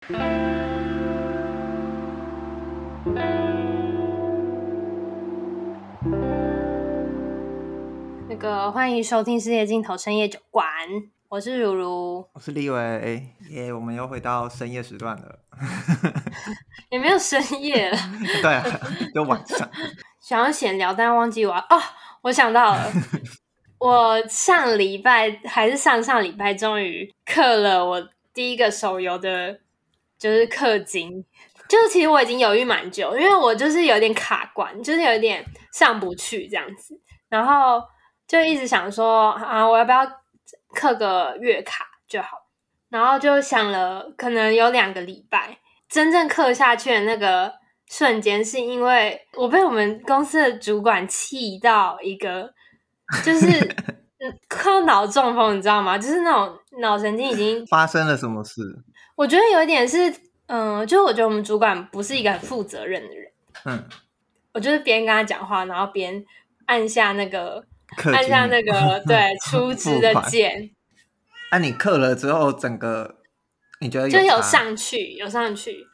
欢迎收听世界尽头深夜酒馆，我是如如， 我是立伟耶，我们又回到深夜时段了。 也没有深夜了。 对啊，就晚上。 想要闲聊，但忘记我想到了，我上礼拜还是上礼拜终于氪了我第一个手游的，就是氪金。就是其实我已经犹豫蛮久，因为我就是有点卡关，就是有点上不去这样子，然后就一直想说我要不要氪个月卡就好，然后就想了可能有2个礼拜，真正氪下去的那个瞬间是因为我被我们公司的主管气到一个就是快要脑中风，你知道吗？就是那种脑神经已经发生了什么事？ 我觉得有一点是就我觉得我们主管不是一个很负责任的人。我就是边跟他讲话，然后边按下那个对出资的键。 你氪了之后，整个你觉得就有上去有上去，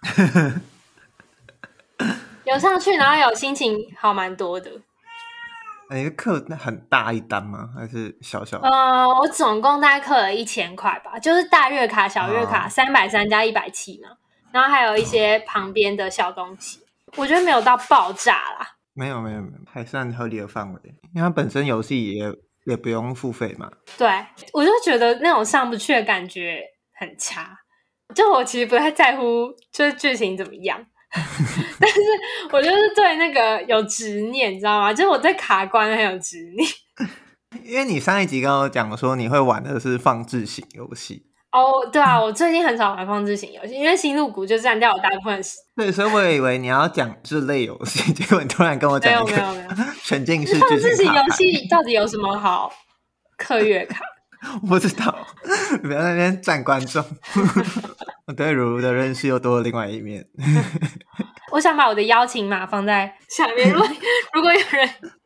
然后有心情好蛮多的。 你氪很大一单吗？还是小小的？ 我总共大概氪了1000块吧，就是大月卡、小月卡330加170嘛，然后还有一些旁边的小东西。我觉得没有到爆炸啦， 没有，还算合理的范围，因为它本身游戏也不用付费嘛。 对，我就觉得那种上不去的感觉很差。就我其实不太在乎就是剧情怎么样，但是我就是对那个有执念，你知道吗？就是我对卡关很有执念。 因为你上一集跟我讲说你会玩的是放置型游戏。 对啊，我最近很少玩放置型游戏，因为新入股就占掉我大部分的时间。 对，所以我以为你要讲这类游戏，结果你突然跟我讲没有沉浸式放置型游戏到底有什么好氪月卡？ 我不知道，不要在那边占观众。我对如如的认识又多了另外一面。 我想把我的邀请码放在下面，如果有人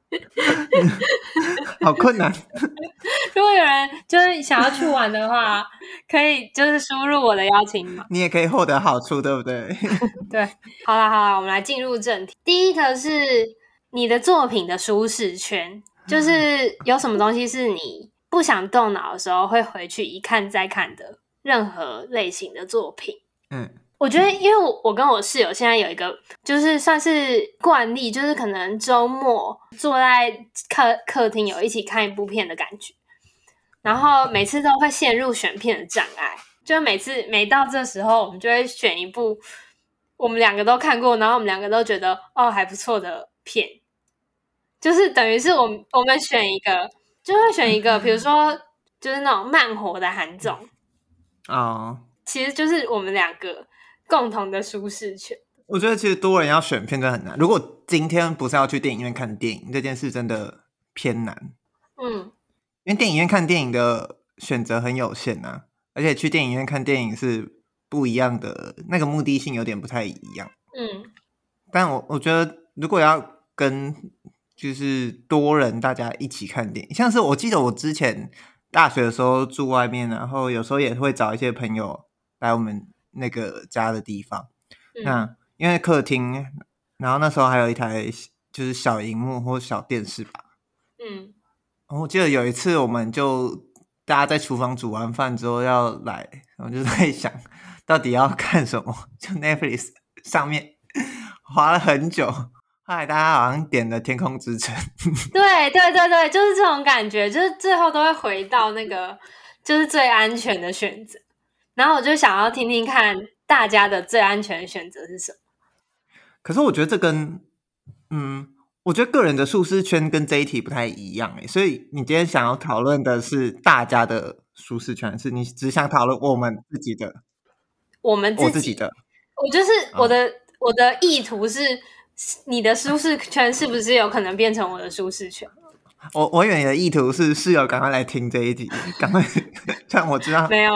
好困难。 如果有人就是想要去玩的话，可以就是输入我的邀请码， 你也可以获得好处，对不对？ 对，好啦，我们来进入正题。第一个是你的作品的舒适圈，就是有什么东西是你不想动脑的时候会回去一看再看的任何类型的作品。我觉得因为我跟我室友现在有一个就是算是惯例，就是可能周末坐在客厅有一起看一部片的感觉，然后每次都会陷入选片的障碍，就每到这时候我们就会选一部我们2个都看过，然后我们2个都觉得还不错的片，就是等于是我们选一个，就会选一个比如说就是那种慢活的韩综其实就是我们2个共同的舒适圈。 我觉得其实多人要选片真的很难，如果今天不是要去电影院看电影，这件事真的偏难。因为电影院看电影的选择很有限啊，而且去电影院看电影是不一样的，那个目的性有点不太一样。但我觉得如果要跟就是多人大家一起看电影，像是我记得我之前大学的时候住外面，然后有时候也会找一些朋友来我们那个家的地方。那因为客厅，然后那时候还有一台就是小萤幕或小电视吧。我记得有一次我们就大家在厨房煮完饭之后要来，然后就在想到底要看什么，就 Netflix 上面滑了很久，后来大家好像点了天空之城。 对，就是这种感觉，就是最后都会回到那个就是最安全的选择，然后我就想要听听看大家的最安全的选择是什么。 可是我觉得这跟我觉得个人的舒适圈跟这一题不太一样所以你今天想要讨论的是大家的舒适圈，是你只想讨论我们自己的？ 我自己的，我就是我的意图是你的舒适圈是不是有可能变成我的舒适圈？ 我以为你的意图是室友赶快来听这一题，赶快让我知道。 没有。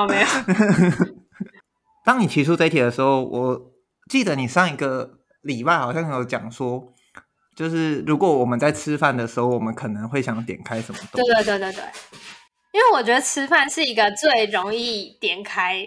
当你提出这一题的时候，我记得你上一个礼拜好像有讲说，就是如果我们在吃饭的时候，我们可能会想点开什么东西。 对，因为我觉得吃饭是一个最容易点开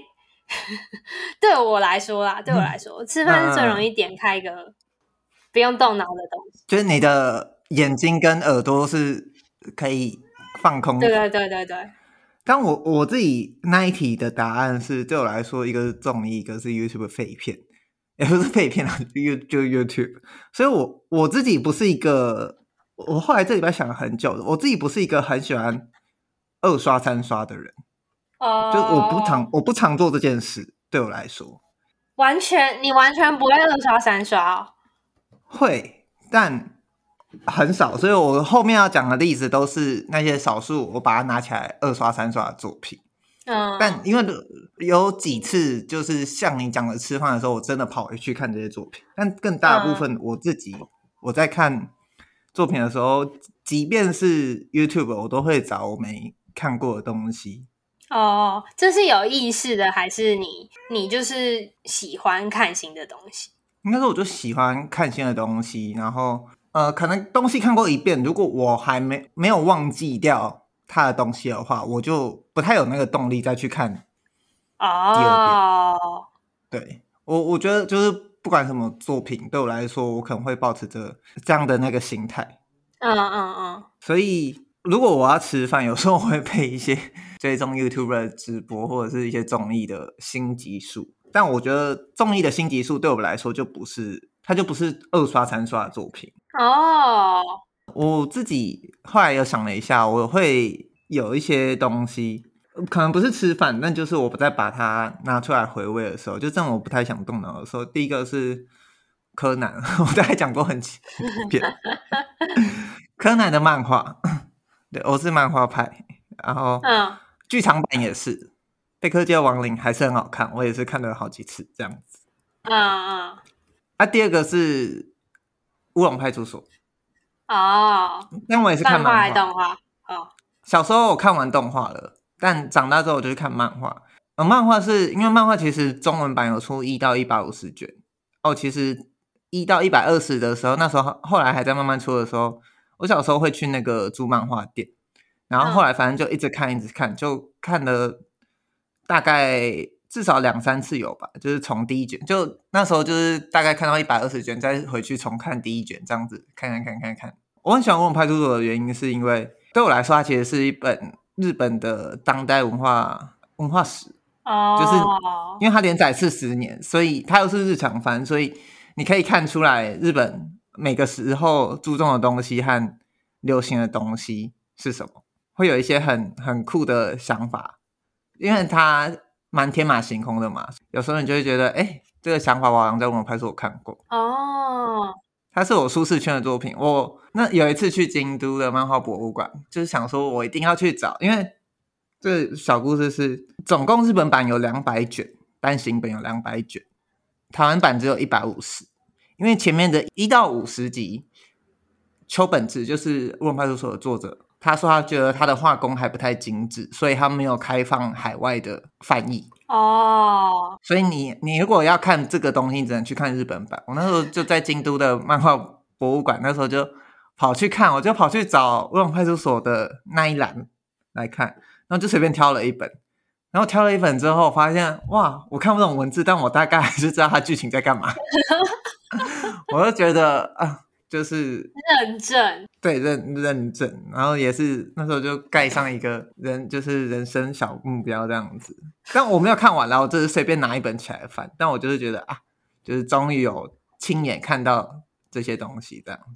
对我来说啦，对我来说，吃饭是最容易点开一个不用动脑的东西， 就是你的眼睛跟耳朵是可以放空的。 对对对对对。 但我自己那一题的答案是，对我来说，一个是综艺，一个是 YouTube 废片，也不是废片啊，就 YouTube。所以我自己不是一个，我后来这礼拜想了很久，我自己不是一个很喜欢二刷三刷的人。就是我不常做这件事，对我来说， 你完全不会二刷三刷哦？ 会，但很少，所以我后面要讲的例子都是那些少数我把它拿起来二刷三刷的作品。但因为有几次就是像你讲的吃饭的时候，我真的跑回去看这些作品，但更大部分我在看作品的时候，即便是 YouTube， 我都会找我没看过的东西。 哦，这是有意识的，还是你就是喜欢看新的东西？ 应该说我就喜欢看新的东西，然后可能东西看过一遍，如果我还没有忘记掉它的东西的话，我就不太有那个动力再去看第二遍。 哦， 对，我觉得就是不管什么作品，对我来说，我可能会保持着这样的那个心态。所以如果我要吃饭，有时候我会配一些追踪 YouTuber 的直播或者是一些综艺的新集数，但我觉得综艺的新集数对我来说它就不是二刷三刷的作品。我自己后来有想了一下，我会有一些东西可能不是吃饭，但就是我不再把它拿出来回味的时候，就这种我不太想动脑的时候，第一个是柯南，我大概讲过很几遍柯南的漫画，对，我是漫画派，然后剧场版也是贝克街亡灵还是很好看，我也是看了好几次这样子。第二个是乌龙派出所。但我也是看漫画还是动画？ 小时候我看完动画了，但长大之后我就去看漫画。漫画是因为漫画其实中文版有出1到150卷其实1到120的时候，那时候后来还在慢慢出的时候，我小时候会去那个租漫画店，然后后来反正就一直看，就看了大概至少2-3次有吧，就是从第一卷，就那时候就是大概看到120卷，再回去重看第一卷，这样子看。我很喜欢《乌龙派出所》的原因是因为对我来说，它其实是一本日本的当代文化史，就是因为它连载40年，所以它又是日常番，所以你可以看出来日本每个时候注重的东西和流行的东西是什么，会有一些很酷的想法，因为它蛮天马行空的嘛，有时候你就会觉得这个想法我好像在《乌龙派出所》看过它是我舒适圈的作品。我那有一次去京都的漫画博物馆，就是想说我一定要去找，因为这个小故事是总共日本版有200卷，单行本有200卷，台湾版只有150，因为前面的1到50集秋本治就是乌龙派出所的作者，他说他觉得他的画工还不太精致，所以他没有开放海外的翻译所以你如果要看这个东西，你只能去看日本版。我那时候就在京都的漫画博物馆，那时候就跑去看，我就跑去找乌龙派出所的那一栏来看，然后就随便挑了一本，然后挑了一本之后发现哇，我看不懂文字，但我大概还是知道它剧情在干嘛我就觉得就是认证， 对，认证，然后也是那时候就盖上一个就是人生小目标这样子。但我没有看完，然后就是随便拿一本起来翻，但我就是觉得就是终于有亲眼看到这些东西这样子。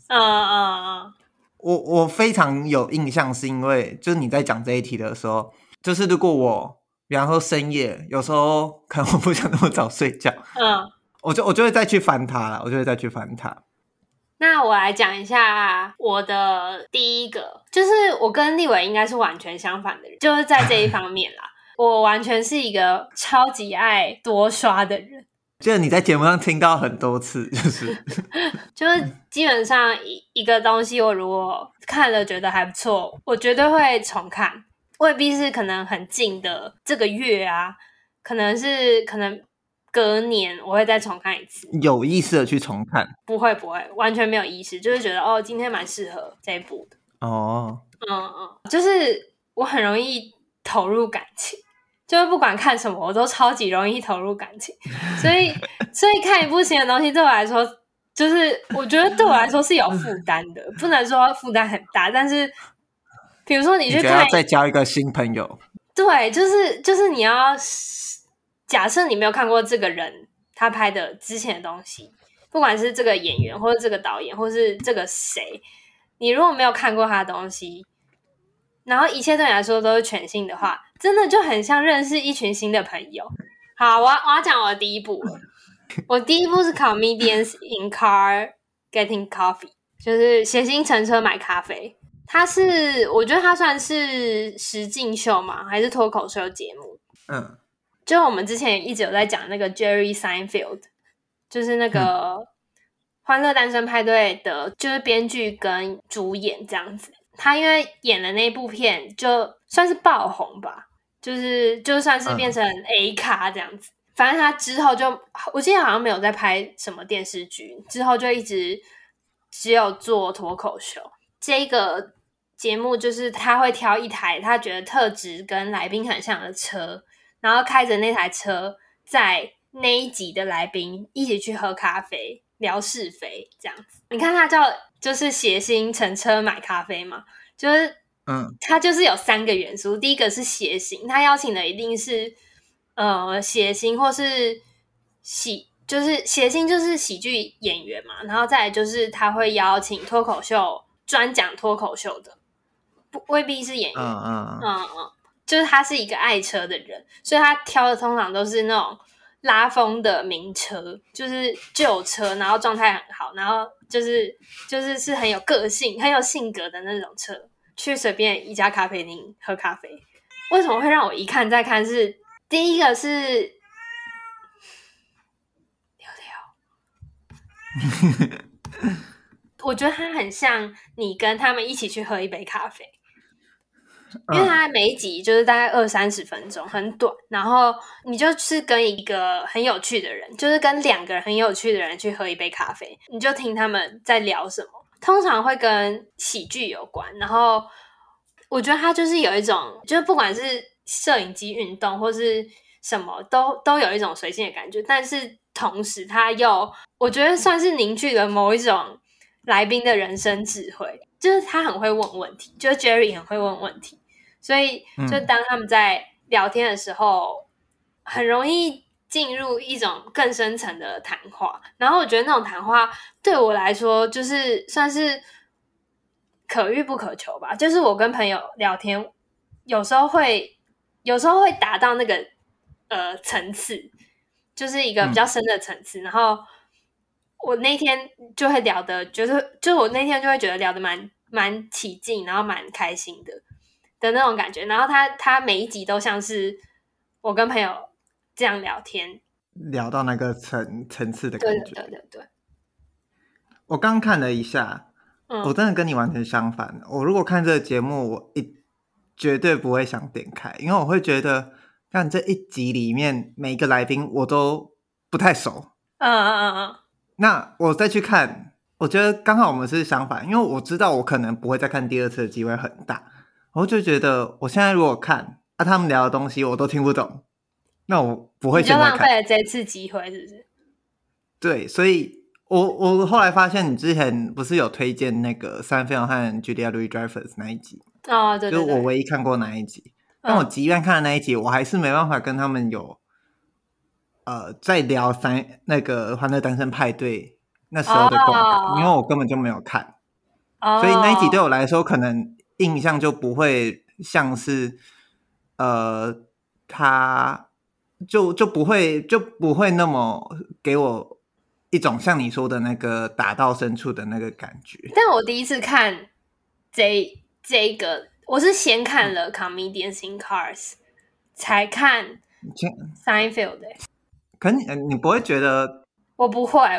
我非常有印象，是因为就是你在讲这一题的时候，就是如果我比方说深夜，有时候可能我不想那么早睡觉，我就会再去翻它了， 那我来讲一下我的第一个，就是我跟立伟应该是完全相反的人，就是在这一方面啦我完全是一个超级爱多刷的人， 就是你在节目上听到很多次， 就是基本上一个东西我如果看了觉得还不错，我绝对会重看，未必是可能很近的这个月啊，可能隔年我会再重看一次， 有意识的去重看？ 不会，完全没有意识，就是觉得今天蛮适合这一部的。就是我很容易投入感情， 就是不管看什么我都超级容易投入感情，所以看一部新的东西对我来说，就是我觉得对我来说是有负担的，不能说负担很大，但是比如说你去看， 要再交一个新朋友， 对，就是你要假设你没有看过这个人他拍的之前的东西，不管是这个演员或者这个导演或是这个谁，你如果没有看过他的东西，然后一切对你来说都是全新的话，真的就很像认识一群新的朋友。好，我要讲我的第一部了。我第一部是 Comedians in Car Getting Coffee， 就是谐星乘车买咖啡。它是我觉得它算是实境秀嘛，还是脱口秀节目？就我们之前一直有在讲那个 Jerry Seinfeld， 就是那个欢乐单身派对的，就是编剧跟主演这样子。他因为演了那部片，就算是爆红吧，就算是变成 A 咖这样子。反正他之后就，我记得好像没有在拍什么电视剧，之后就一直只有做脱口秀。这个节目就是他会挑一台他觉得特质跟来宾很像的车，然后开着那台车载那一集的来宾一起去喝咖啡聊是非这样子。你看他叫就是谐星乘车买咖啡嘛，就是他就是有3个元素。第一个是谐星，他邀请的一定是谐星或是就是谐星就是喜剧演员嘛，然后再来就是他会邀请脱口秀专讲脱口秀的，未必是演员，就是他是一个爱车的人，所以他挑的通常都是那种拉风的名车，就是旧车，然后状态很好，然后就是很有个性、很有性格的那种车。去随便一家咖啡厅喝咖啡，为什么会让我一看再看？是第一个是聊聊，我觉得他很像你跟他们一起去喝一杯咖啡。因为它每一集就是大概20-30分钟，很短，然后你就是跟一个很有趣的人，就是跟2个很有趣的人去喝一杯咖啡，你就听他们在聊什么，通常会跟喜剧有关，然后我觉得它就是有一种，就是不管是摄影机运动或是什么都有一种随性的感觉，但是同时它又我觉得算是凝聚了某一种来宾的人生智慧，就是他很会问问题，就是 Jerry 很会问问题，所以就当他们在聊天的时候，很容易进入一种更深层的谈话。然后我觉得那种谈话对我来说，就是算是可遇不可求吧。就是我跟朋友聊天，有时候会达到那个层次，就是一个比较深的层次。然后我那天就会聊的，就我那天就会觉得聊得蛮起劲，然后蛮开心的那种感觉。然后他每一集都像是我跟朋友这样聊天， 聊到那个层次的感觉。 对。 我刚看了一下，我真的跟你完全相反。我如果看这个节目，我绝对不会想点开，因为我会觉得，看这一集里面每一个来宾我都不太熟。那我再去看，我觉得刚好我们是相反，因为我知道我可能不会再看第2次的机会很大，我就觉得我现在如果看他们聊的东西我都听不懂，那我不会现在看， 你就浪费了这次机会，是不是？ 对，所以我后来发现你之前不是有推荐那个Seinfeld和 Julia Louis-Dreyfus 那一集对， 就我唯一看过那一集，但我即便看了那一集，我还是没办法跟他们有在聊那个欢乐单身派对那时候的共感，因为我根本就没有看，所以那一集对我来说可能印象就不会像是他就不会那么给我一种像你说的那个打到深处的那个感觉。 但我第一次看这个，我是先看了 Comedians in Cars 才看 Seinfeld 可你不会觉得？ 我不会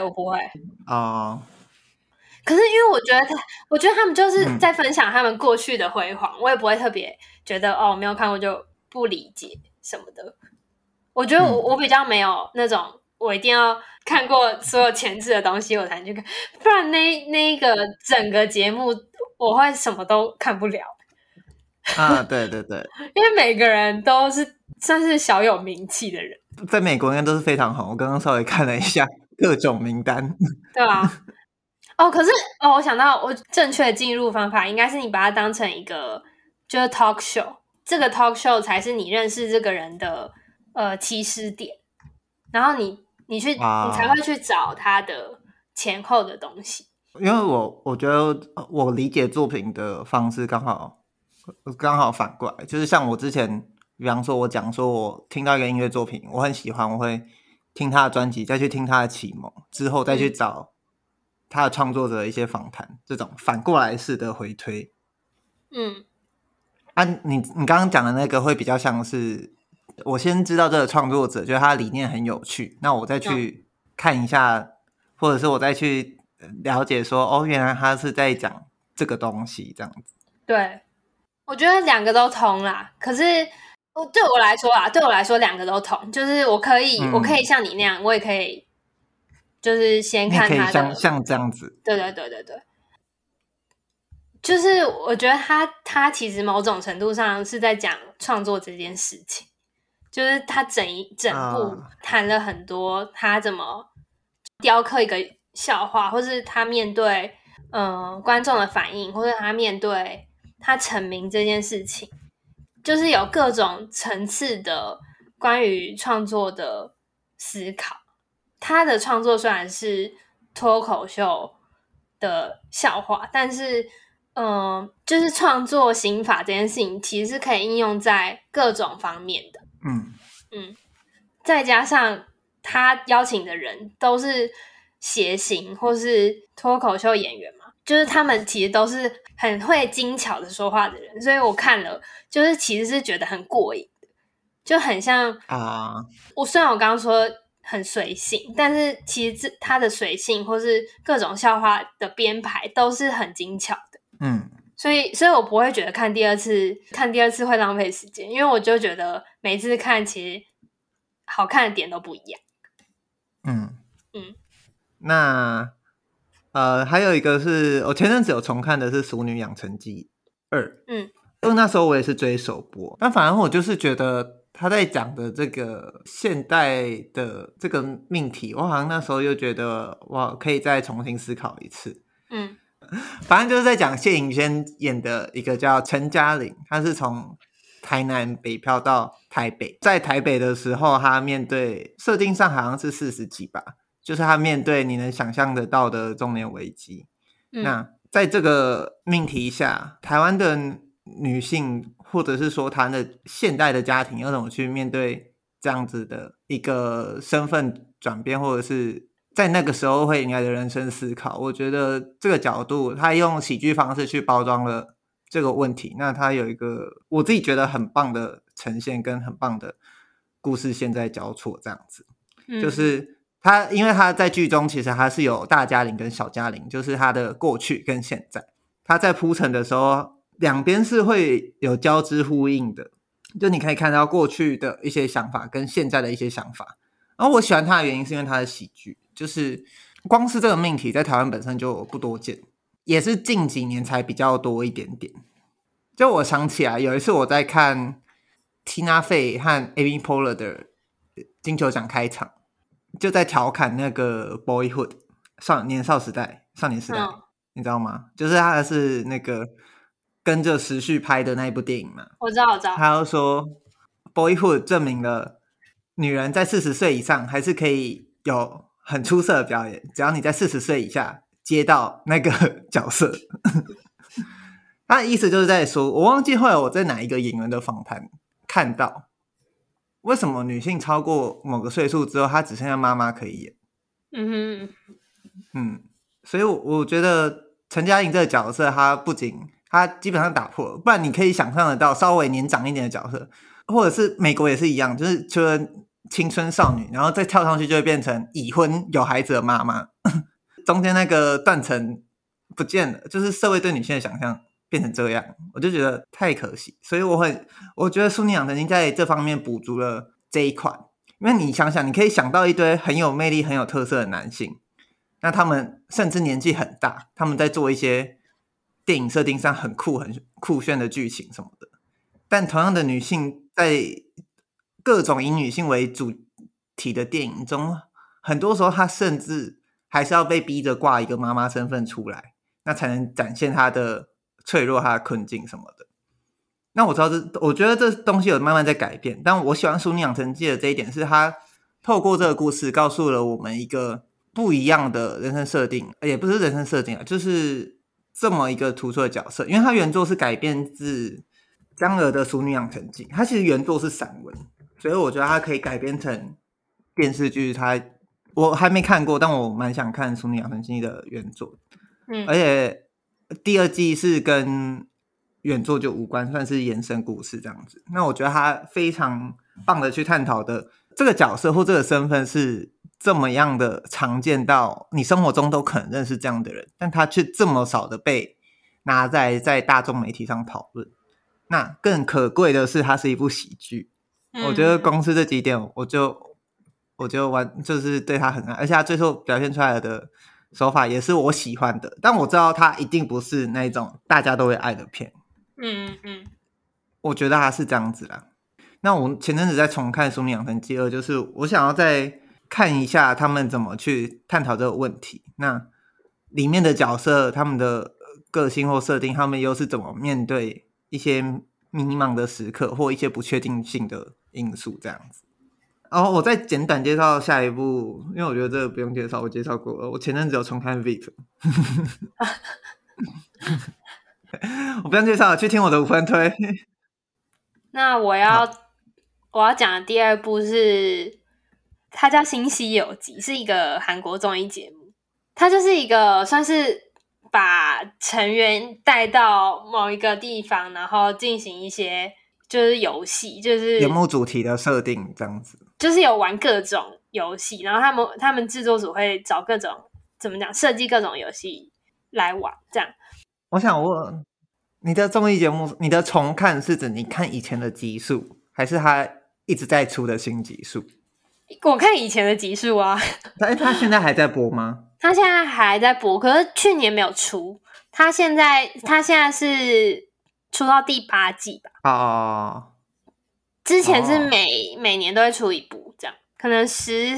可是因为我觉得他们就是在分享他们过去的辉煌，我也不会特别觉得没有看过就不理解什么的。我觉得我比较没有那种我一定要看过所有前置的东西我才能去看，不然那个整个节目我会什么都看不了。 对， 因为每个人都是算是小有名气的人， 在美国应该都是非常红。我刚刚稍微看了一下各种名单， 对啊。可是我想到我正确的进入方法应该是你把它当成一个就是 talk show， 这个 talk show 才是你认识这个人的起始点，然后你才会去找他的前后的东西。 因为我觉得我理解作品的方式刚好反过来，就是像我之前比方说我讲说我听到一个音乐作品我很喜欢，我会听他的专辑，再去听他的启蒙，之后再去找他的创作者的一些访谈，这种反过来式的回推。你刚刚讲的那个会比较像是我先知道这个创作者，就是他的理念很有趣，那我再去看一下，或者是我再去了解说原来他是在讲这个东西这样子。 对，我觉得两个都通啦，可是对我来说两个都通，就是我可以像你那样，我也可以就是先看他的， 像这样子。 对，就是我觉得他其实某种程度上是在讲创作这件事情，就是他整部谈了很多他怎么雕刻一个笑话，或是他面对观众的反应，或者他面对他成名这件事情，就是有各种层次的关于创作的思考。他的创作虽然是脱口秀的笑话，但是就是创作刑法这件事情其实是可以应用在各种方面的。再加上他邀请的人都是谐星或是脱口秀演员嘛，就是他们其实都是很会精巧的说话的人，所以我看了就是其实是觉得很过瘾的，就很像我虽然我刚刚说很随性，但是其实他的随性或是各种笑话的编排都是很精巧的。所以我不会觉得看第二次会浪费时间，因为我就觉得每次看其实好看的点都不一样。 那还有一个是我前阵子有重看的是《俗女养成记2》。因为那时候我也是追首播，但反而我就是觉得他在讲的这个现代的这个命题，我好像那时候又觉得哇，可以再重新思考一次。反正就是在讲谢盈萱演的一个叫陈嘉玲，她是从台南北漂到台北，在台北的时候她面对设定上好像是40几吧，就是她面对你能想象得到的中年危机。那在这个命题下，台湾的女性或者是说她的现代的家庭要怎么去面对这样子的一个身份转变，或者是在那个时候会迎来的人生思考，我觉得这个角度他用喜剧方式去包装了这个问题，那他有一个我自己觉得很棒的呈现跟很棒的故事线在交错这样子。就是他因为他在剧中其实他是有大嘉玲跟小嘉玲，就是他的过去跟现在，他在铺陈的时候两边是会有交织呼应的，就你可以看到过去的一些想法跟现在的一些想法。然后我喜欢他的原因是因为他的喜剧，就是光是这个命题在台湾本身就不多见，也是近几年才比较多一点点。就我想起来有一次我在看 Tina Fey 和 Amy Poehler 的金球奖开场，就在调侃那个 Boyhood 少年时代、你知道吗？就是他是那个跟着时序拍的那一部电影嘛。 我知道。 他就说 Boyhood 证明了女人在40岁以上还是可以有很出色的表演，只要你在40岁以下接到那个角色。他的意思就是在说，我忘记后来我在哪一个演员的访谈看到，为什么女性超过某个岁数之后她只剩下妈妈可以演。所以我觉得陈嘉玲这个角色她不仅她基本上打破了，不然你可以想象得到稍微年长一点的角色，或者是美国也是一样，就是除了青春少女然后再跳上去就会变成已婚有孩子的妈妈。中间那个断层不见了，就是社会对女性的想象变成这样，我就觉得太可惜。所以我觉得《淑女养成记》在这方面补足了这一块。因为你想想，你可以想到一堆很有魅力很有特色的男性，那他们甚至年纪很大，他们在做一些电影设定上很酷很酷炫的剧情什么的，但同样的女性在各种以女性为主题的电影中，很多时候她甚至还是要被逼着挂一个妈妈身份出来，那才能展现她的脆弱、她的困境什么的。那我觉得这东西有慢慢在改变，但我喜欢《淑女养成记》的这一点是，它透过这个故事告诉了我们一个不一样的人生设定，也不是人生设定啊，就是这么一个突出的角色。因为它原作是改编自江娥的《淑女养成记》，它其实原作是散文，所以我觉得它可以改编成电视剧。我还没看过，但我蛮想看《淑女养成记》的原作。而且第二季是跟原作就无关，算是延伸故事这样子。那我觉得他非常棒的去探讨的这个角色或这个身份是这么样的常见到你生活中都可能认识这样的人，但他却这么少的被拿在大众媒体上讨论。那更可贵的是它是一部喜剧，我觉得光是这几点我就就是对他很爱，而且他最后表现出来的手法也是我喜欢的，但我知道他一定不是那种大家都会爱的片。我觉得他是这样子啦。那我前阵子在重看《淑女养成记2》，就是我想要再看一下他们怎么去探讨这个问题。那里面的角色他们的个性或设定，他们又是怎么面对一些迷茫的时刻或一些不确定性的因素这样子。然后我再简短介绍下一部，因为我觉得这个不用介绍，我介绍过了。我前阵子有重看 VIP 我不用介绍了，去听我的5分推。 那我要讲的第二部是，它叫《新西游记》，是一个韩国综艺节目。它就是一个算是把成员带到某一个地方，然后进行一些就是游戏，就是节目主题的设定这样子， 就是有玩各种游戏，然后他们制作组会找各种怎么讲设计各种游戏来玩，这样。 我想问你的综艺节目，你的重看是指你看以前的集数，还是他一直在出的新集数？ 我看以前的集数啊。 他现在还在播吗？ 他现在还在播，可是去年没有出。他现在是出到第8季吧？ 哦， 之前是每年都会出一部，这样可能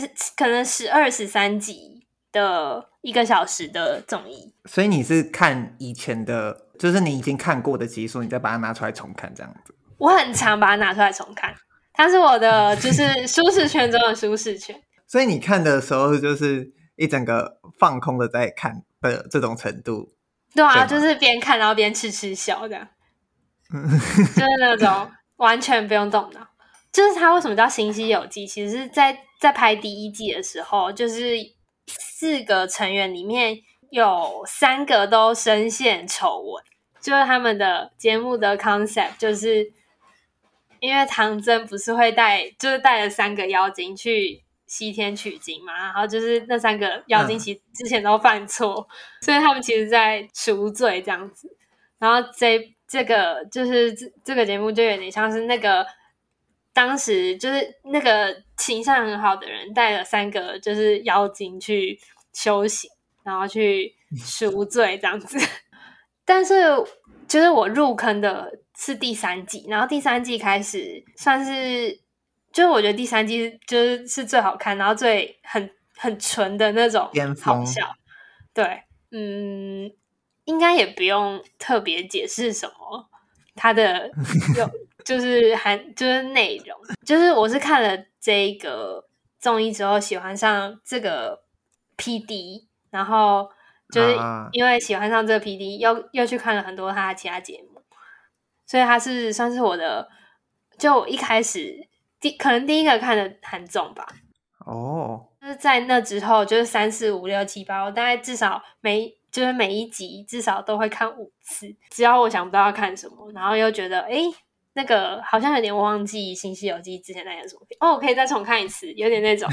12、13集的1个小时的综艺。 所以你是看以前的，就是你已经看过的集数，你再把它拿出来重看这样子？ 我很常把它拿出来重看，它是我的就是舒适圈中的舒适圈。 所以你看的时候就是一整个放空的在看的这种程度？ 对啊，就是边看然后边吃笑这样。就是那种完全不用动脑。就是他为什么叫《新西游记》？其实是在拍第1季的时候，就是4个成员里面有3个都深陷丑闻，就是他们的节目的 concept 就是因为唐僧不是会带了3个妖精去西天取经嘛，然后就是那3个妖精其实之前都犯错，所以他们其实在赎罪这样子。然后这个就是这个节目就有点像是那个当时就是那个形象很好的人带了3个就是妖精去修行，然后去赎罪这样子。但是就是我入坑的是第3季，然后第3季开始算是就是我觉得第3季就是最好看，然后很纯的那种好笑。对，应该也不用特别解释什么，它的就是内容，就是我是看了这个综艺之后喜欢上这个 PD， 然后就是因为喜欢上这个 PD， 又去看了很多他的其他节目，所以他是算是我的，就我一开始可能第一个看的韩综吧。就是在那之后，就是3、4、5、6、7、8，我大概至少每一集至少都会看5次，只要我想不到要看什么，然后又觉得那个好像有点忘记《新西游记》之前在演什么片，我可以再重看一次，有点那种。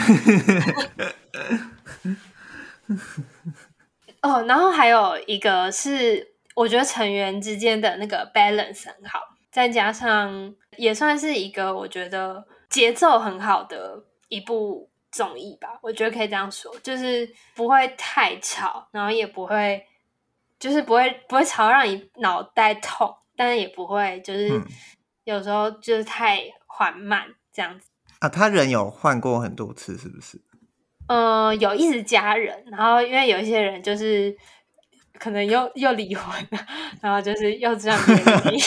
然后还有一个是我觉得成员之间的那个 balance 很好，再加上也算是一个我觉得节奏很好的一部综艺吧，我觉得可以这样说，就是不会太吵，然后也不会吵让你脑袋痛，但是也不会就是有时候就是太缓慢这样子。 啊，他人有换过很多次，是不是？ 有一直加人，然后因为有一些人就是可能又离婚了，然后就是又赚别人的名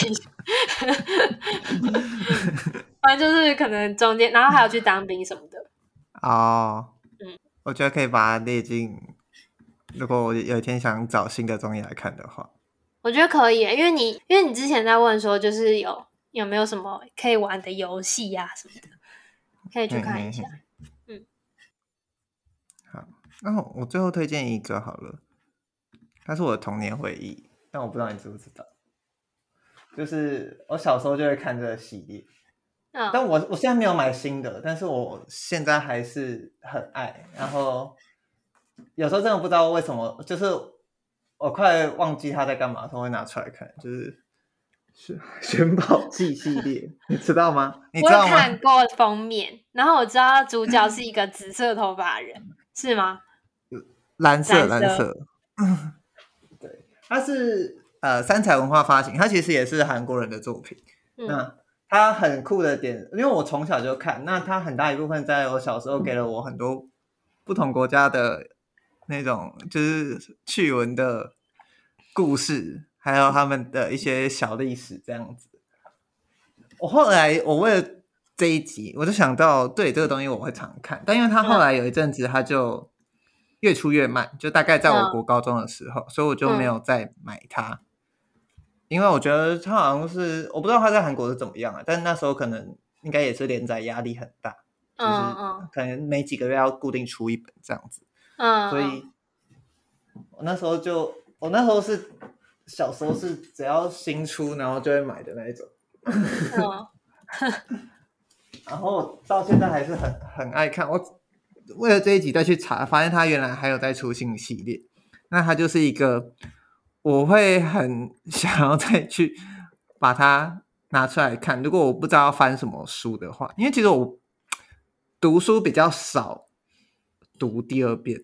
反正就是可能中间，然后还有去当兵什么的。 哦，我觉得可以把它列进，如果我有一天想找新的综艺来看的话， 我觉得可以，因为你之前在问说，就是有没有什么可以玩的游戏呀什么的，可以去看一下。 好，那我最后推荐一个好了，它是我的童年回忆，但我不知道你知不知道，就是我小时候就会看这个系列，但我现在没有买新的，但是我现在还是很爱，然后有时候真的不知道为什么，就是我快忘记他在干嘛的时候会拿出来看，就是寻宝记系列，你知道吗？你知道吗？ 我有看过封面，然后我知道主角是一个紫色头发的人，是吗？ 蓝色。对，它是三彩文化发行，它其实也是韩国人的作品。那它很酷的点，因为我从小就看，那它很大一部分在我小时候给了我很多不同国家的那种就是趣闻的故事，还有他们的一些小历史这样子。后来我为了这一集，我就想到，对这个东西我会常看，但因为它后来有一阵子它就越出越慢，就大概在我国高中的时候，所以我就没有再买它。因为我觉得它好像是，我不知道它在韩国是怎么样啊，但是那时候可能应该也是连载压力很大，就是可能每几个月要固定出一本这样子。所以我那时候是小时候是只要新出然后就会买的那一种。然后到现在还是很爱看。我为了这一集再去查，发现它原来还有在出新系列。那它就是一个我会很想要再去把它拿出来看。如果我不知道要翻什么书的话，因为其实我读书比较少读第二遍。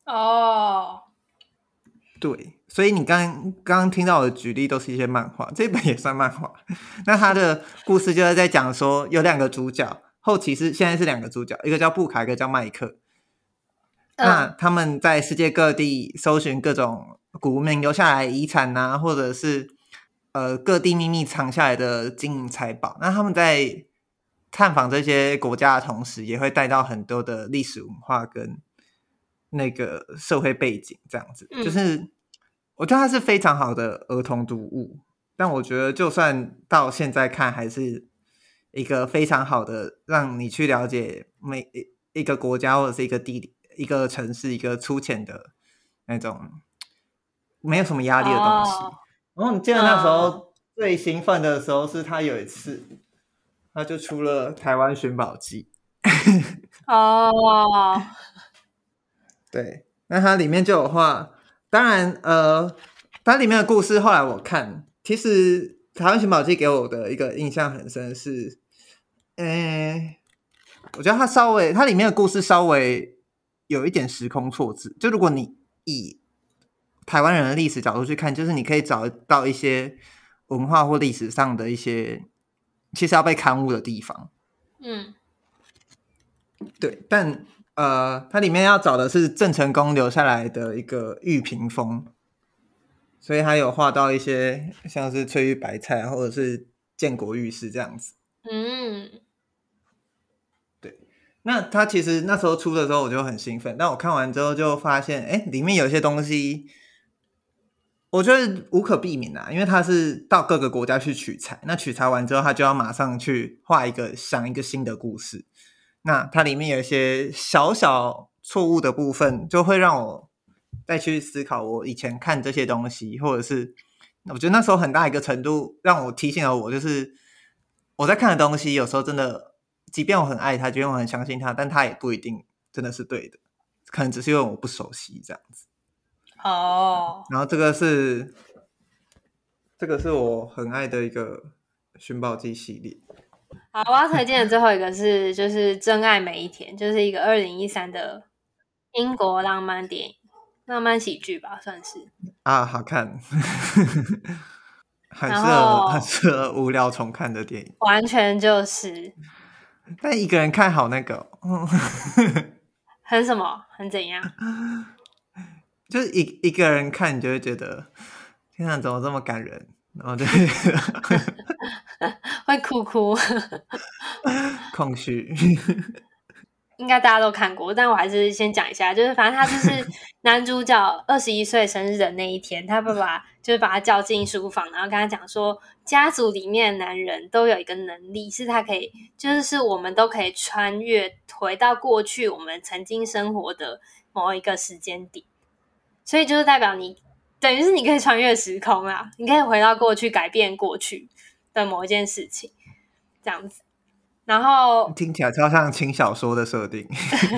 对，所以你刚刚听到的举例都是一些漫画，这本也算漫画。那他的故事就是在讲说，有两个主角，后期现在是两个主角，一个叫布卡，一个叫麦克。那他们在世界各地搜寻各种古文明留下来的遗产啊，或者是各地秘密藏下来的金银财宝。那他们在探访这些国家的同时，也会带到很多的历史文化跟那个社会背景这样子。就是我觉得它是非常好的儿童读物，但我觉得就算到现在看，还是一个非常好的让你去了解每一个国家或者是一个地理、一个城市、一个粗浅的那种没有什么压力的东西。然后你记得那时候最兴奋的时候是他有一次他就出了台湾寻宝记。对，那它里面就有画，当然它里面的故事后来我看，其实台湾寻宝记给我的一个印象很深是，我觉得它里面的故事稍微有一点时空错置。就如果你以台湾人的历史角度去看，就是你可以找到一些文化或历史上的一些其实要被刊物的地方。对，但它里面要找的是郑成功留下来的一个玉屏风，所以他有画到一些像是翠玉白菜或者是建国玉石这样子。对，那他其实那时候出的时候我就很兴奋，但我看完之后就发现，里面有些东西我觉得无可避免啊，因为他是到各个国家去取材，那取材完之后他就要马上去想一个新的故事。那它里面有一些小小错误的部分，就会让我再去思考我以前看这些东西，或者是我觉得那时候很大一个程度让我提醒了我，就是我在看的东西有时候真的，即便我很爱它，即便我很相信它，但它也不一定真的是对的，可能只是因为我不熟悉这样子。然后这个是我很爱的一个寻宝记系列。 好，我要推荐的最后一个是就是《真爱每一天》，就是一个2013的英国浪漫电影，浪漫喜剧吧，算是啊，好看。很适合无聊重看的电影， 完全就是但一个人看好那个很什么？很怎样？ 就是一个人看，你就会觉得天哪，怎么这么感人？然后就会哭哭。 空虚。 应该大家都看过，但我还是先讲一下，就是反正他就是男主角21岁生日的那一天，他爸爸就是把他叫进书房，然后跟他讲说，家族里面的男人都有一个能力，是他可以，就是我们都可以穿越回到过去我们曾经生活的某一个时间点，所以就是代表你等于是你可以穿越时空啊，你可以回到过去改变过去的某一件事情，这样子。然后听起来超像轻小说的设定。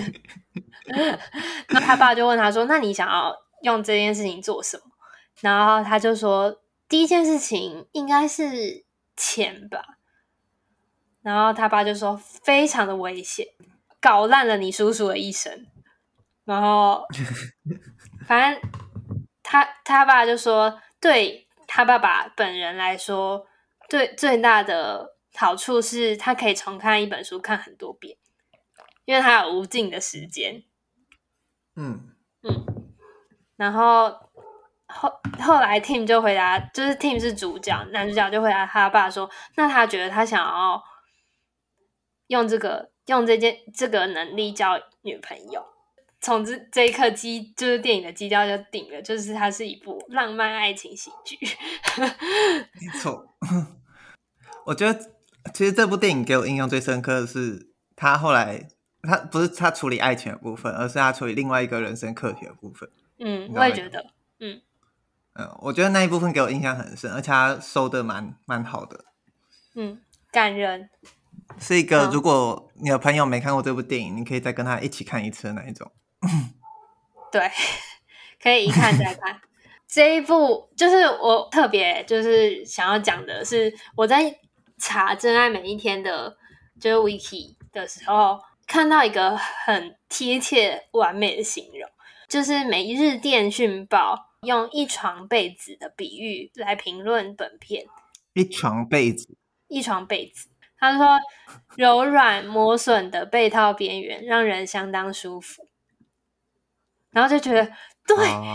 那他爸就问他说：“那你想要用这件事情做什么？”然后他就说：“第一件事情应该是钱吧。”然后他爸就说：“非常的危险，搞烂了你叔叔的一生。”然后反正他爸就说：“对他爸爸本人来说，最大的好处是他可以重看一本书看很多遍，因为他有无尽的时间。”嗯。然后后来 Tim 就回答，就是 Tim 是主角，男主角就回答他爸说，那他觉得他想要用这个能力交女朋友。从这一刻就是电影的基调就定了，就是它是一部浪漫爱情喜剧。 没错。我觉得其实这部电影给我印象最深刻的是他后来他不是他处理爱情的部分，而是他处理另外一个人生课题的部分。 我也觉得。 我觉得那一部分给我印象很深，而且他收的蛮好的。 感人。 是一个如果你的朋友没看过这部电影，你可以再跟他一起看一次的那一种。 对，可以一看再看。这一部就是我特别就是想要讲的是，我在查《真爱每一天》的就是 wiki 的时候，看到一个很贴切完美的形容，就是《每日电讯报》用一床被子的比喻来评论本片。 一床被子， 他说柔软磨损的被套边缘让人相当舒服，然后就觉得对、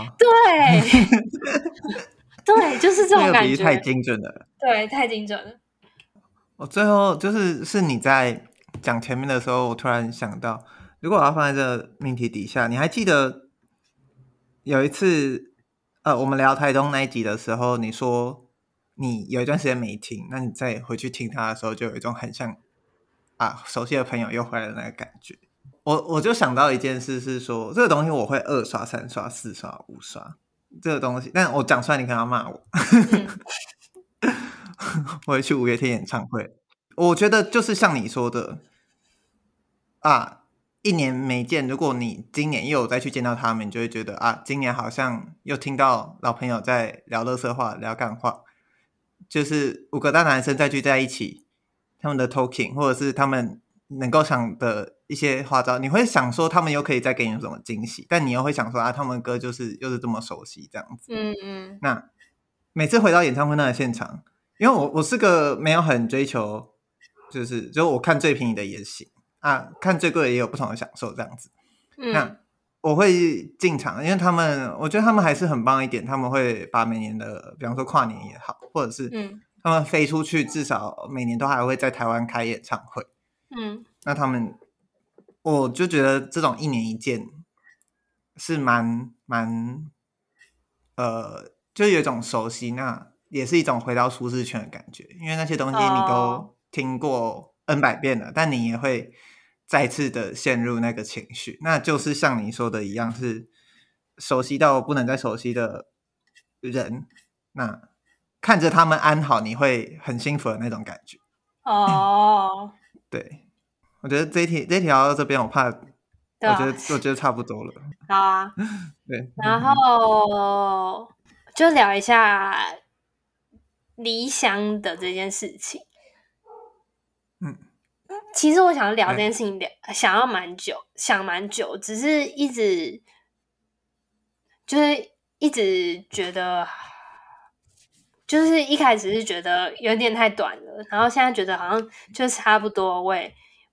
对，就是这种感觉。 太精准了。 对，太精准了。 我最后是你在讲前面的时候，我突然想到，如果我要放在这个命题底下，你还记得有一次我们聊台东那一集的时候，你说你有一段时间没听，那你再回去听它的时候，就有一种很像熟悉的朋友又回来的那个感觉。我就想到一件事是说，这个东西我会2刷、3刷、4刷、5刷这个东西，但我讲出来你可能要骂我。我会去五月天演唱会，我觉得就是像你说的一年没见，如果你今年又有再去见到他们，你就会觉得今年好像又听到老朋友在聊垃圾话、聊干话，就是5个大男生再聚在一起，他们的 talking 或者是他们能够想的一些花招，你会想说他们又可以再给你什么惊喜，但你又会想说他们歌又是这么熟悉这样子。那每次回到演唱会那个现场，因为我是个没有很追求，就是我看最便宜的也行看最贵的也有不同的享受这样子。那我会进场，因为我觉得他们还是很棒一点，他们会把每年的，比方说跨年也好，或者是他们飞出去，至少每年都还会在台湾开演唱会。那我就觉得这种一年一见是就有一种熟悉，那也是一种回到舒适圈的感觉，因为那些东西你都听过 N 百遍了，但你也会再次的陷入那个情绪，那就是像你说的一样，是熟悉到不能再熟悉的人，那看着他们安好，你会很幸福的那种感觉。对，我觉得这一题聊到这边，我怕我觉得差不多了。 好啊。对，然后就聊一下离乡的这件事情。其实我想聊这件事情，想蛮久，只是一直觉得，就是一开始是觉得有点太短了，然后现在觉得好像就差不多，我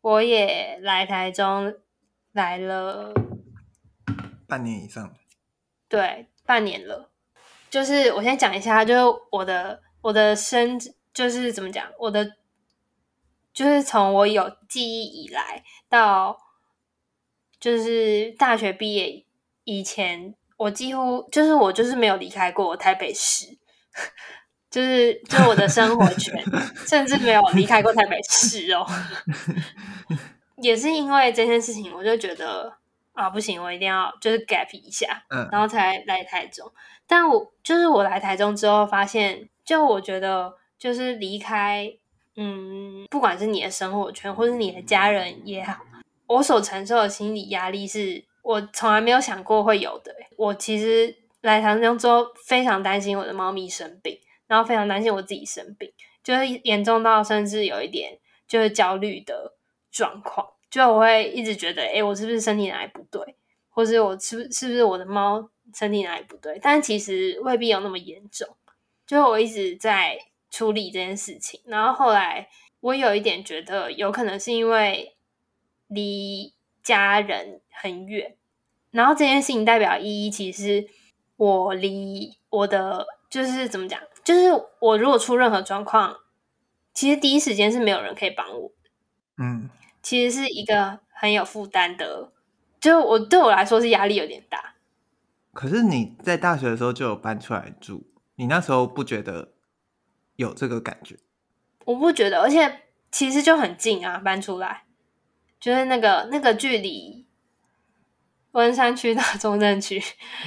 我也来台中来了半年以上， 对，半年了。就是我先讲一下，就是我的就是怎么讲，就是从我有记忆以来到就是大学毕业以前，我几乎就是我就是没有离开过台北市，就是我的生活圈，甚至没有离开过台北市哦。也是因为这件事情，我就觉得啊，不行，我一定要就是 gap 一下，然后才来台中。但我来台中之后，发现就我觉得就是离开，不管是你的生活圈，或是你的家人也好，我所承受的心理压力是我从来没有想过会有的。我其实来台中之后，非常担心我的猫咪生病，然后非常担心我自己生病，就是严重到甚至有一点就是焦虑的状况。就我会一直觉得，我是不是身体哪里不对，或是我是不是我的猫身体哪里不对？但其实未必有那么严重。就我一直在处理这件事情，然后后来我有一点觉得，有可能是因为离家人很远，然后这件事情代表意义，其实我离我的就是怎么讲，就是我如果出任何状况，其实第一时间是没有人可以帮我。其实是一个很有负担的，就对我来说是压力有点大。 可是你在大学的时候就有搬出来住，你那时候不觉得有这个感觉？ 我不觉得，而且其实就很近啊，搬出来就是那个距离文山区到中正区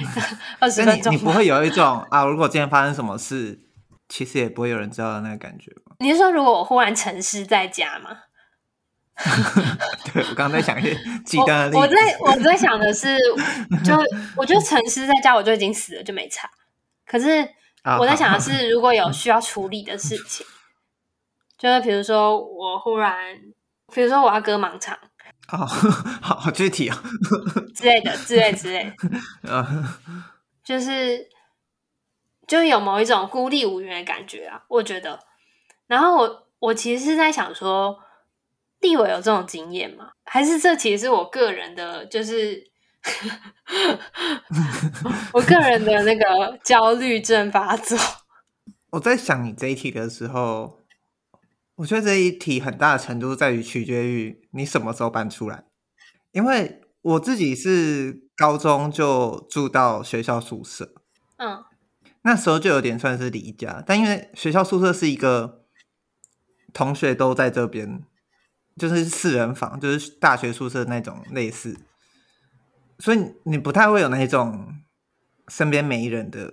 20分钟。 你不会有一种啊，如果今天发生什么事，其实也不会有人知道的那个感觉吗？ 你是说如果我忽然沉尸在家吗？ 对，我刚刚在想一些极端的例子。 我在想的是，就我觉得沉尸在家我就已经死了，就没差。可是我在想的是，如果有需要处理的事情，就是比如说我忽然，比如说我要割盲肠， 好具体哦， 之类的，就有某一种孤立无援的感觉啊，我觉得。然后我其实是在想说，立伟有这种经验吗？还是这其实是我个人的，就是我个人的那个焦虑症发作。 我在想你这一题的时候，我觉得这一题很大的程度在于取决于你什么时候搬出来。因为我自己是高中就住到学校宿舍，那时候就有点算是离家，但因为学校宿舍是一个同学都在这边，就是4人房，就是大学宿舍那种类似，所以你不太会有那一种身边没人的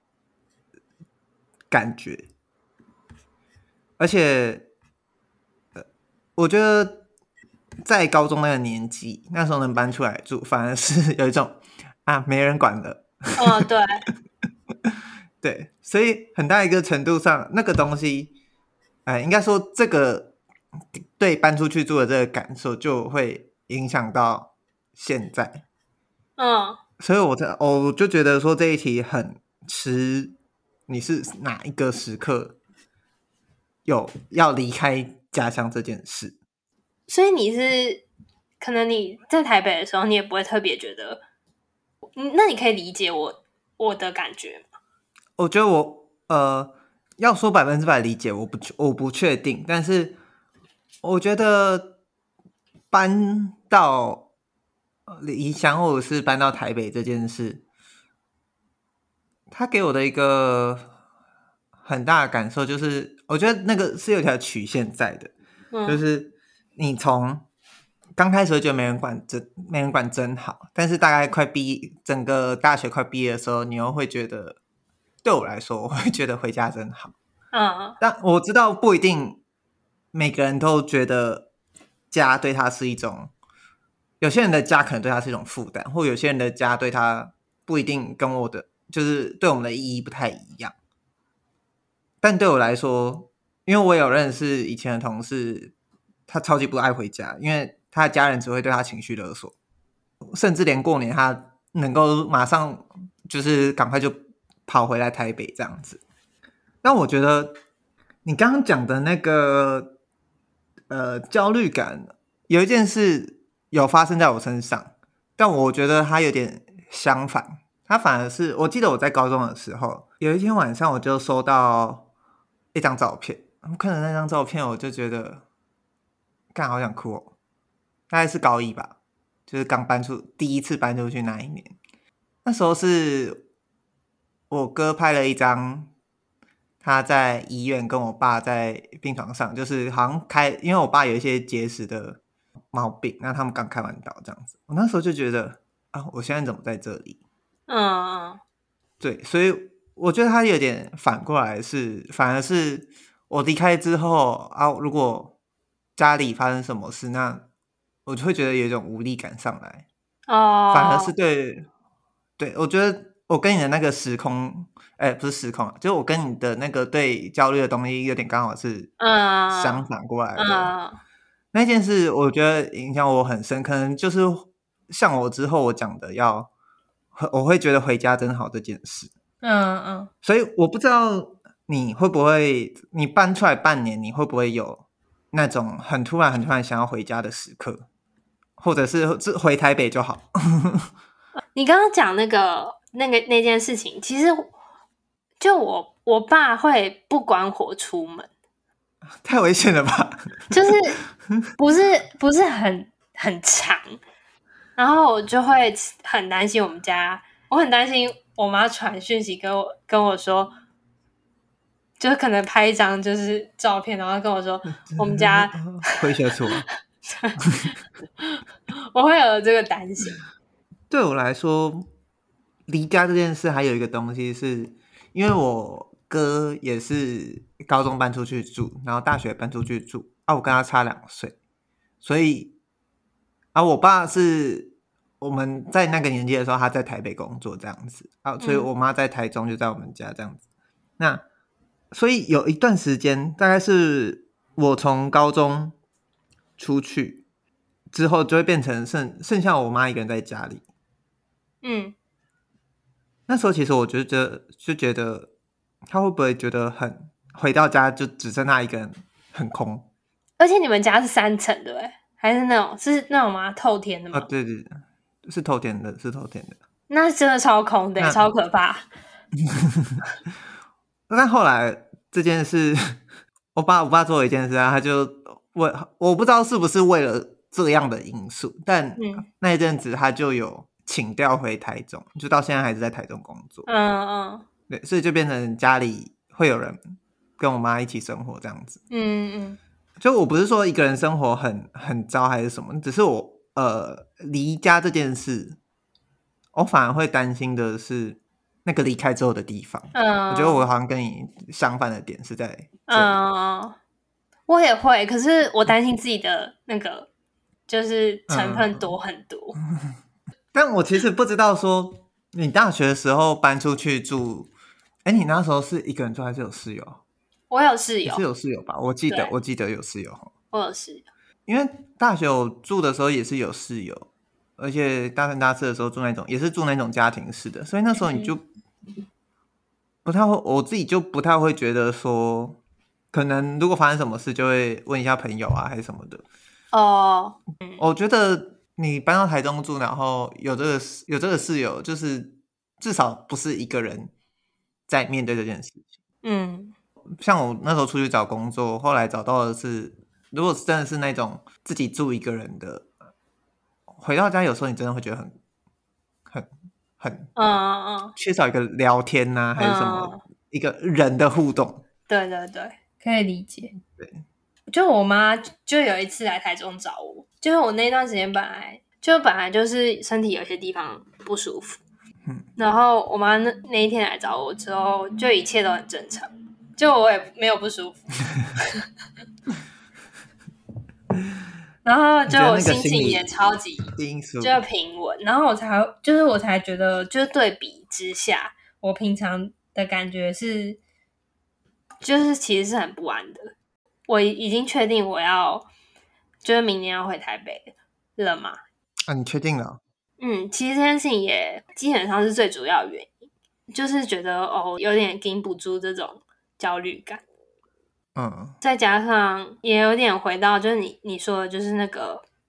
感觉，而且我觉得在高中那个年纪，那时候能搬出来住，反而是有一种啊没人管了。 对对，所以很大一个程度上，那个东西，应该说这个对搬出去住的这个感受，就会影响到现在。所以我就觉得说这一题很吃你是哪一个时刻有要离开家乡这件事。 所以你是可能你在台北的时候，你也不会特别觉得，那你可以理解我的感觉吗？ 我觉得要说100%理解，我不确定，但是我觉得搬到离乡或者是搬到台北这件事，他给我的一个很大的感受就是，我觉得那个是有条曲线在的，就是你从刚开始会觉得没人管真好，但是大概整个大学快毕业的时候，你又会觉得，对我来说，我会觉得回家真好。但我知道不一定每个人都觉得家对他是一种，有些人的家可能对他是一种负担，或有些人的家对他不一定跟我的就是对我们的意义不太一样。但对我来说，因为我有认识以前的同事，他超级不爱回家，因为他的家人只会对他情绪勒索，甚至连过年他能够马上就是赶快就跑回来台北这样子。但我觉得你刚刚讲的那个焦虑感有一件事有发生在我身上，但我觉得它有点相反，它反而是我记得我在高中的时候，有一天晚上我就收到一张照片，我看了那张照片我就觉得干好想哭哦，大概是高一吧，就是刚第一次搬出去那一年，那时候是我哥拍了一张他在医院跟我爸在病床上，就是好像因为我爸有一些结石的毛病，那他们刚开完刀这样子。我那时候就觉得啊，我现在怎么在这里？对，所以我觉得他有点反过来反而是我离开之后啊，如果家里发生什么事，那我就会觉得有一种无力感上来。反而是对，我觉得我跟你的那个时空，不是时空啊，就是我跟你的那个对焦虑的东西有点刚好是相反过来的。那件事我觉得影响我很深，可能就是像我之后我讲的我会觉得回家真好这件事。所以我不知道你会不会，你搬出来半年，你会不会有那种很突然想要回家的时刻，或者是回台北就好。 你刚刚讲那件事情，其实就我爸会不关火出门， 太危险了吧？ 就是不是很长，然后我就会很担心我们家，我很担心我妈传讯息跟我说，就是可能拍一张就是照片，然后跟我说我们家会写错， 我会有这个担心。 对我来说，离家这件事还有一个东西是，因为我哥也是高中搬出去住，然后大学搬出去住啊，我跟他差2岁，所以啊，我爸是我们在那个年纪的时候，他在台北工作这样子啊，所以我妈在台中就在我们家这样子。那所以有一段时间，大概是我从高中出去之后，就会变成剩下我妈一个人在家里。那时候其实我就觉得他会不会觉得回到家就只剩他一个人很空？ 而且你们家是3层对不对？还是是那种吗？透天的吗？ 对，是透天的， 那真的超空的，超可怕。 但后来这件事，我爸做了一件事啊，他就我不知道是不是为了这样的因素，但那一阵子他就有请调回台中，就到现在还是在台中工作。对，所以就变成家里会有人跟我妈一起生活这样子。就我不是说一个人生活很糟还是什么，只是我离家这件事，我反而会担心的是那个离开之后的地方。我觉得我好像跟你相反的点是在这里。 我也会，可是我担心自己的那个就是成分多很多。 但我其实不知道说你大学的时候搬出去住，你那时候是一个人住还是有室友？ 我有室友， 是有室友吧？我记得有室友。 我有室友， 因为大学我住的时候也是有室友，而且大三大四的时候也是住那种家庭式的，所以那时候你就不太会，我自己就不太会觉得说，可能如果发生什么事就会问一下朋友啊还是什么的。我觉得你搬到台中住，然后有这个室友，就是至少不是一个人在面对这件事情。像我那时候出去找工作，后来找到的是，如果真的是那种自己住一个人的，回到家有时候你真的会觉得很缺少一个聊天啊，还是什么一个人的互动。 对，可以理解。对，就我妈就有一次来台中找我，就是我那段时间本来就是身体有些地方不舒服，然后我妈那一天来找我之后，就一切都很正常，就我也没有不舒服。然后就我心情也超级就平稳，然后我才觉得，就是对比之下，我平常的感觉是，就是其实是很不安的。我已经确定就是明年要回台北了嘛？ 你确定了？ 其实这件事情也基本上是最主要的原因，就是觉得有点顶不住这种焦虑感。再加上也有点回到就是你说的，就是那个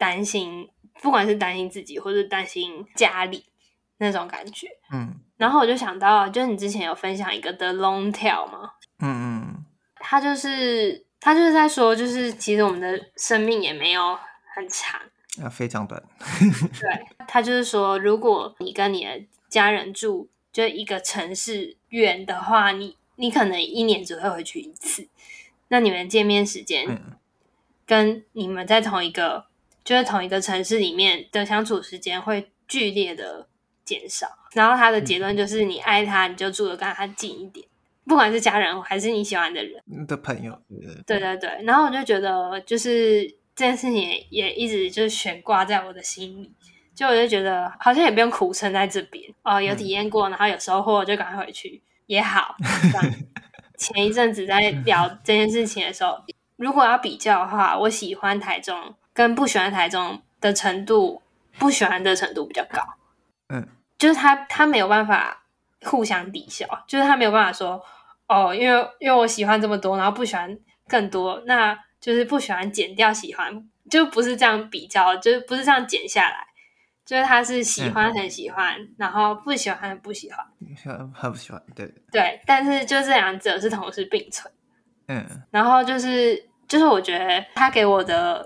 担心，不管是担心自己或是担心家里那种感觉。然后我就想到，就是你之前有分享一个的 long tail 吗？他就是在说，就是其实我们的生命也没有很长， 非常短。 对，他就是说，如果你跟你的家人住就一个城市远的话，你可能1年只会回去1次，那你们见面时间跟你们在同一个城市里面的相处时间会剧烈的减少。然后他的结论就是，你爱他，你就住得跟他近一点，不管是家人还是你喜欢的人的朋友。 对。然后我就觉得，就是这件事情也一直就是悬挂在我的心里。就我就觉得好像也不用苦撑在这边有体验过，然后有收获就赶快回去也好。前一阵子在聊这件事情的时候，如果要比较的话，我喜欢台中跟不喜欢台中的程度，不喜欢的程度比较高。就是他没有办法互相抵消，就是他没有办法说因为我喜欢这么多，然后不喜欢更多，那就是不喜欢减掉喜欢，就不是这样比较，就是不是这样减下来，就是他是喜欢很喜欢，然后不喜欢很不喜欢， 很不喜欢， 对，但是就这两者是同时并存。然后就是我觉得他给我的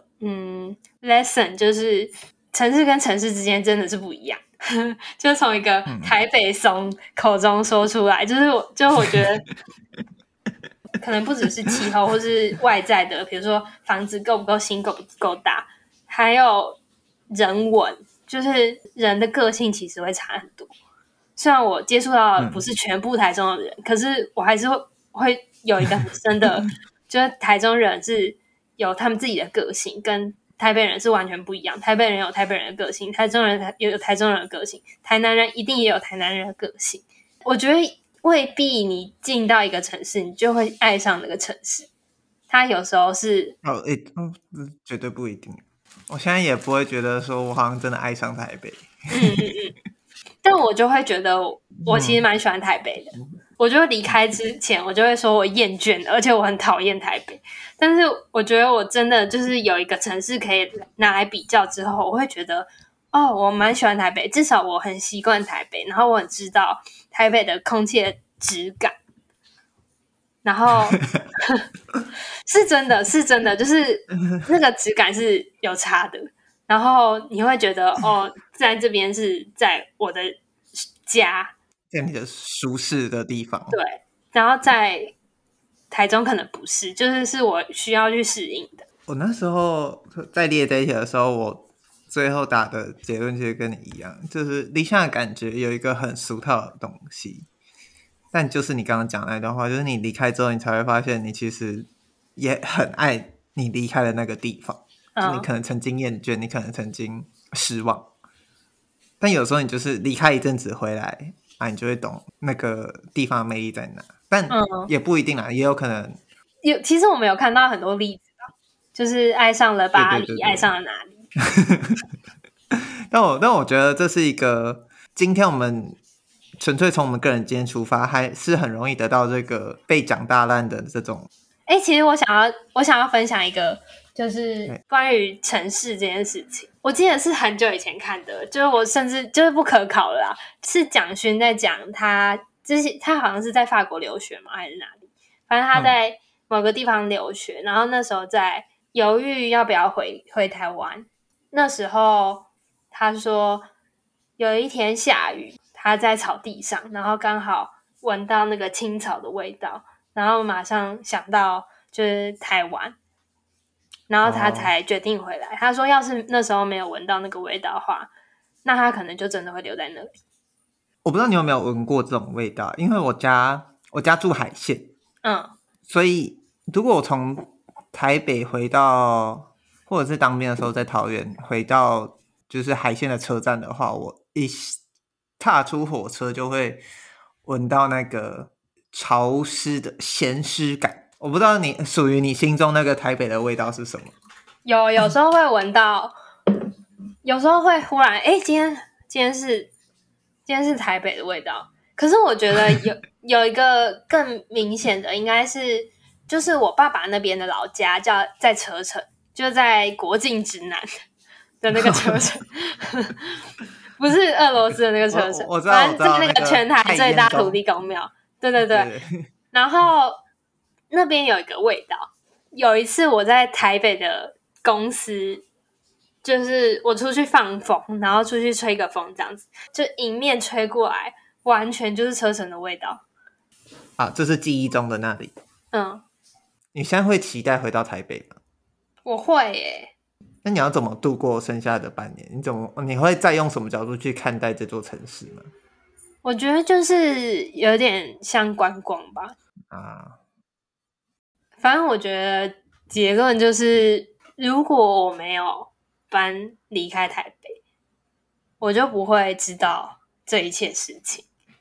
lesson 就是城市跟城市之间真的是不一样。就从一个台北怂口中说出来，就是我觉得可能不只是气候或是外在的，比如说房子够不够新，够不够大，还有人文，就是人的个性其实会差很多。虽然我接触到的不是全部台中的人，可是我还是会有一个很深的就是台中人是有他们自己的个性，跟台北人是完全不一样。台北人有台北人的个性，台中人也有台中人的个性，台南人一定也有台南人的个性。我觉得未必你进到一个城市，你就会爱上那个城市。它有时候是绝对不一定。我现在也不会觉得说我好像真的爱上台北。 但我就会觉得我其实蛮喜欢台北的。我就离开之前，我就会说我厌倦了，而且我很讨厌台北。但是我觉得我真的就是有一个城市可以拿来比较之后，我会觉得我蛮喜欢台北，至少我很习惯台北，然后我很知道台北的空气的质感，然后是真的，就是那个质感是有差的。然后你会觉得在这边是在我的家， 在你的舒适的地方。 对，然后在台中可能不是，是我需要去适应的。 我那时候在列这一题的时候，我最后打的结论其实跟你一样，就是理想的感觉有一个很俗套的东西，但就是你刚刚讲的那段话，就是你离开之后，你才会发现你其实也很爱你离开的那个地方。就你可能曾经厌倦，你可能曾经失望，但有时候你就是离开一阵子回来你就会懂那个地方的魅力在哪。但也不一定啦，也有可能其实我们有看到很多例子就是爱上了巴黎，对，爱上了哪里。 但我觉得这是一个今天我们纯粹从我们个人经验出发，还是很容易得到这个被讲大烂的这种。 其实我想要分享一个就是关于城市这件事情。我记得是很久以前看的，就是我甚至就是不可考了啦，是蒋勋在讲他好像是在法国留学嘛还是哪里，反正他在某个地方留学，然后那时候在犹豫要不要回台湾。那时候他说有一天下雨，他在草地上，然后刚好闻到那个青草的味道，然后马上想到就是台湾，然后他才决定回来。他说要是那时候没有闻到那个味道的话，那他可能就真的会留在那里。 我不知道你有没有闻过这种味道，因为我家住海线，所以如果我从台北回到，或者是当兵的时候在桃园回到就是海线的车站的话，我一踏出火车就会闻到那个潮湿的咸湿感。我不知道你属于你心中那个台北的味道是什么？ 有时候会闻到，有时候会忽然今天是台北的味道。可是我觉得有一个更明显的，应该是就是我爸爸那边的老家在车城，就在国境之南， 的那个车程，不是俄罗斯的那个车程， 我知道， 反正在那个全台最大土地公庙，对对对。然后那边有一个味道。有一次我在台北的公司，就是我出去放风，然后出去吹个风，这样子就迎面吹过来，完全就是车程的味道。 啊，这是记忆中的那里。你现在会期待回到台北吗？ 我会耶。 那你要怎么度过剩下的半年？你会再用什么角度去看待这座城市吗？ 我觉得就是有点像观光吧。反正我觉得结论就是，如果我没有离开台北，我就不会知道这一切事情。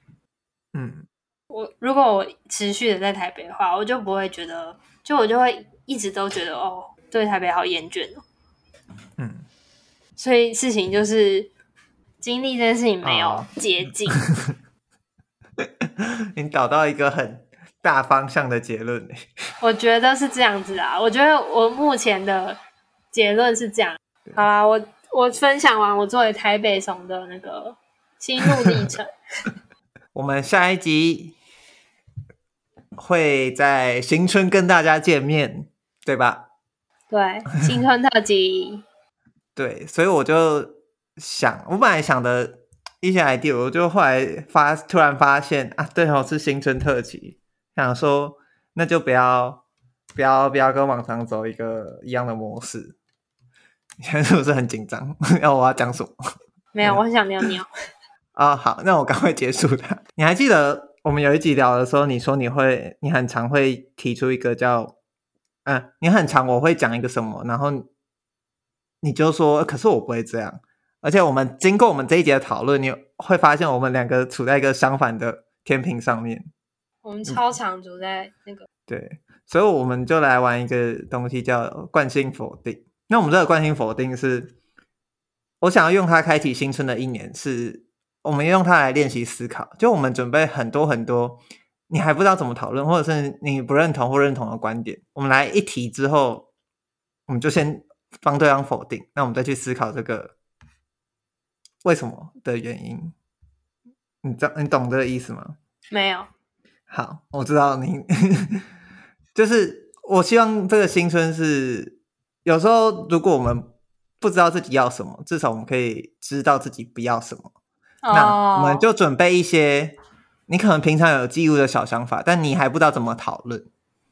如果我持续的在台北的话，我就不会觉得，我就会一直都觉得对台北好厌倦哦。所以事情就是经历这件事情没有捷径。 你导到一个很大方向的结论。 我觉得是这样子啊，我觉得我目前的结论是这样。好啦，我分享完我作为台北怂的那个心路历程。 我们下一集会在新春跟大家见面，对吧？ 对，新春特辑。 对，所以我就想，我本来想的一些 idea， 我就后来突然发现啊，对哦，是新春特辑，想说那就不要跟往常走一个一样的模式。你现在是不是很紧张？我要讲什么？ 没有，我很想尿尿。 好，那我赶快结束它。你还记得我们有一集聊的时候，你说你很常会提出一个叫你很常我会讲一个什么，然后你就说可是我不会这样。而且经过我们这一节的讨论，你会发现我们两个处在一个相反的天平上面。 我们超常处在那个对，所以我们就来玩一个东西叫惯性否定。那我们这个惯性否定是我想要用它开启新春的一年，是我们用它来练习思考。就我们准备很多很多你还不知道怎么讨论，或者是你不认同或认同的观点，我们来一题之后，我们就先帮对方否定，那我们再去思考这个为什么的原因。你懂这个意思吗？ 没有。 好，我知道你就是我希望这个新春是有时候如果我们不知道自己要什么，至少我们可以知道自己不要什么。那我们就准备一些你可能平常有记录的小想法，但你还不知道怎么讨论。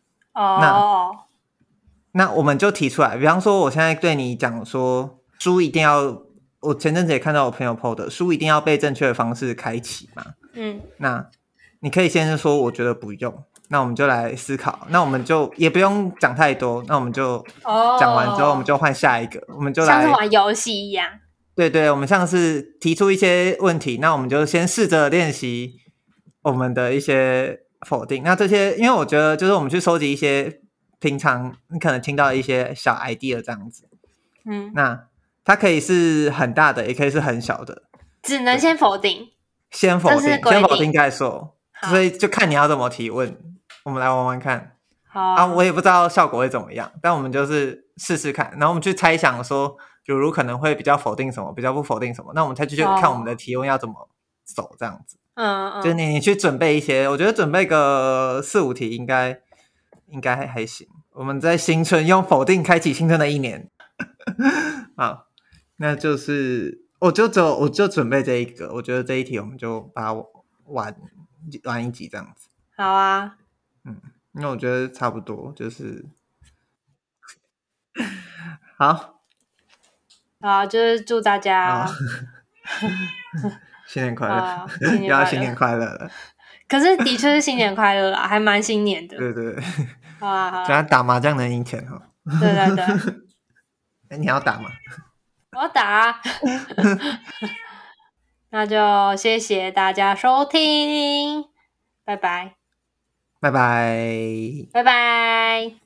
那我们就提出来，比方说我现在对你讲说书一定要，我前阵子也看到我朋友 po 的，书一定要被正确的方式开启嘛。那你可以先说我觉得不用，那我们就来思考，那我们就也不用讲太多，那我们就讲完之后我们就换下一个，我们就来像是玩游戏一样。 对对，我们像是提出一些问题，那我们就先试着练习我们的一些否定。那这些因为我觉得就是我们去收集一些平常你可能听到的一些小 idea 这样子。那它可以是很大的也可以是很小的， 只能先否定。 先否定再说，所以就看你要怎么提问。我们来玩玩看。 好我也不知道效果会怎么样，但我们就是试试看，然后我们去猜想说比如可能会比较否定什么，比较不否定什么，那我们再去看我们的提问要怎么走这样子。就是你去准备一些，我觉得准备个4-5题应该还行。我们在新春用否定开启新春的一年。好，那就是我就准备这一个，我觉得这一题我们就把它玩一集这样子。 好啊。 因为我觉得差不多就是好， 就是祝大家新年快乐。要新年快乐了。 可是的确是新年快乐啦，还蛮新年的。 对对对。 好啊。 只要打麻将能赢钱。 对对对。 你要打吗？ 我要打。那就谢谢大家收听，拜拜。 拜拜。 拜拜。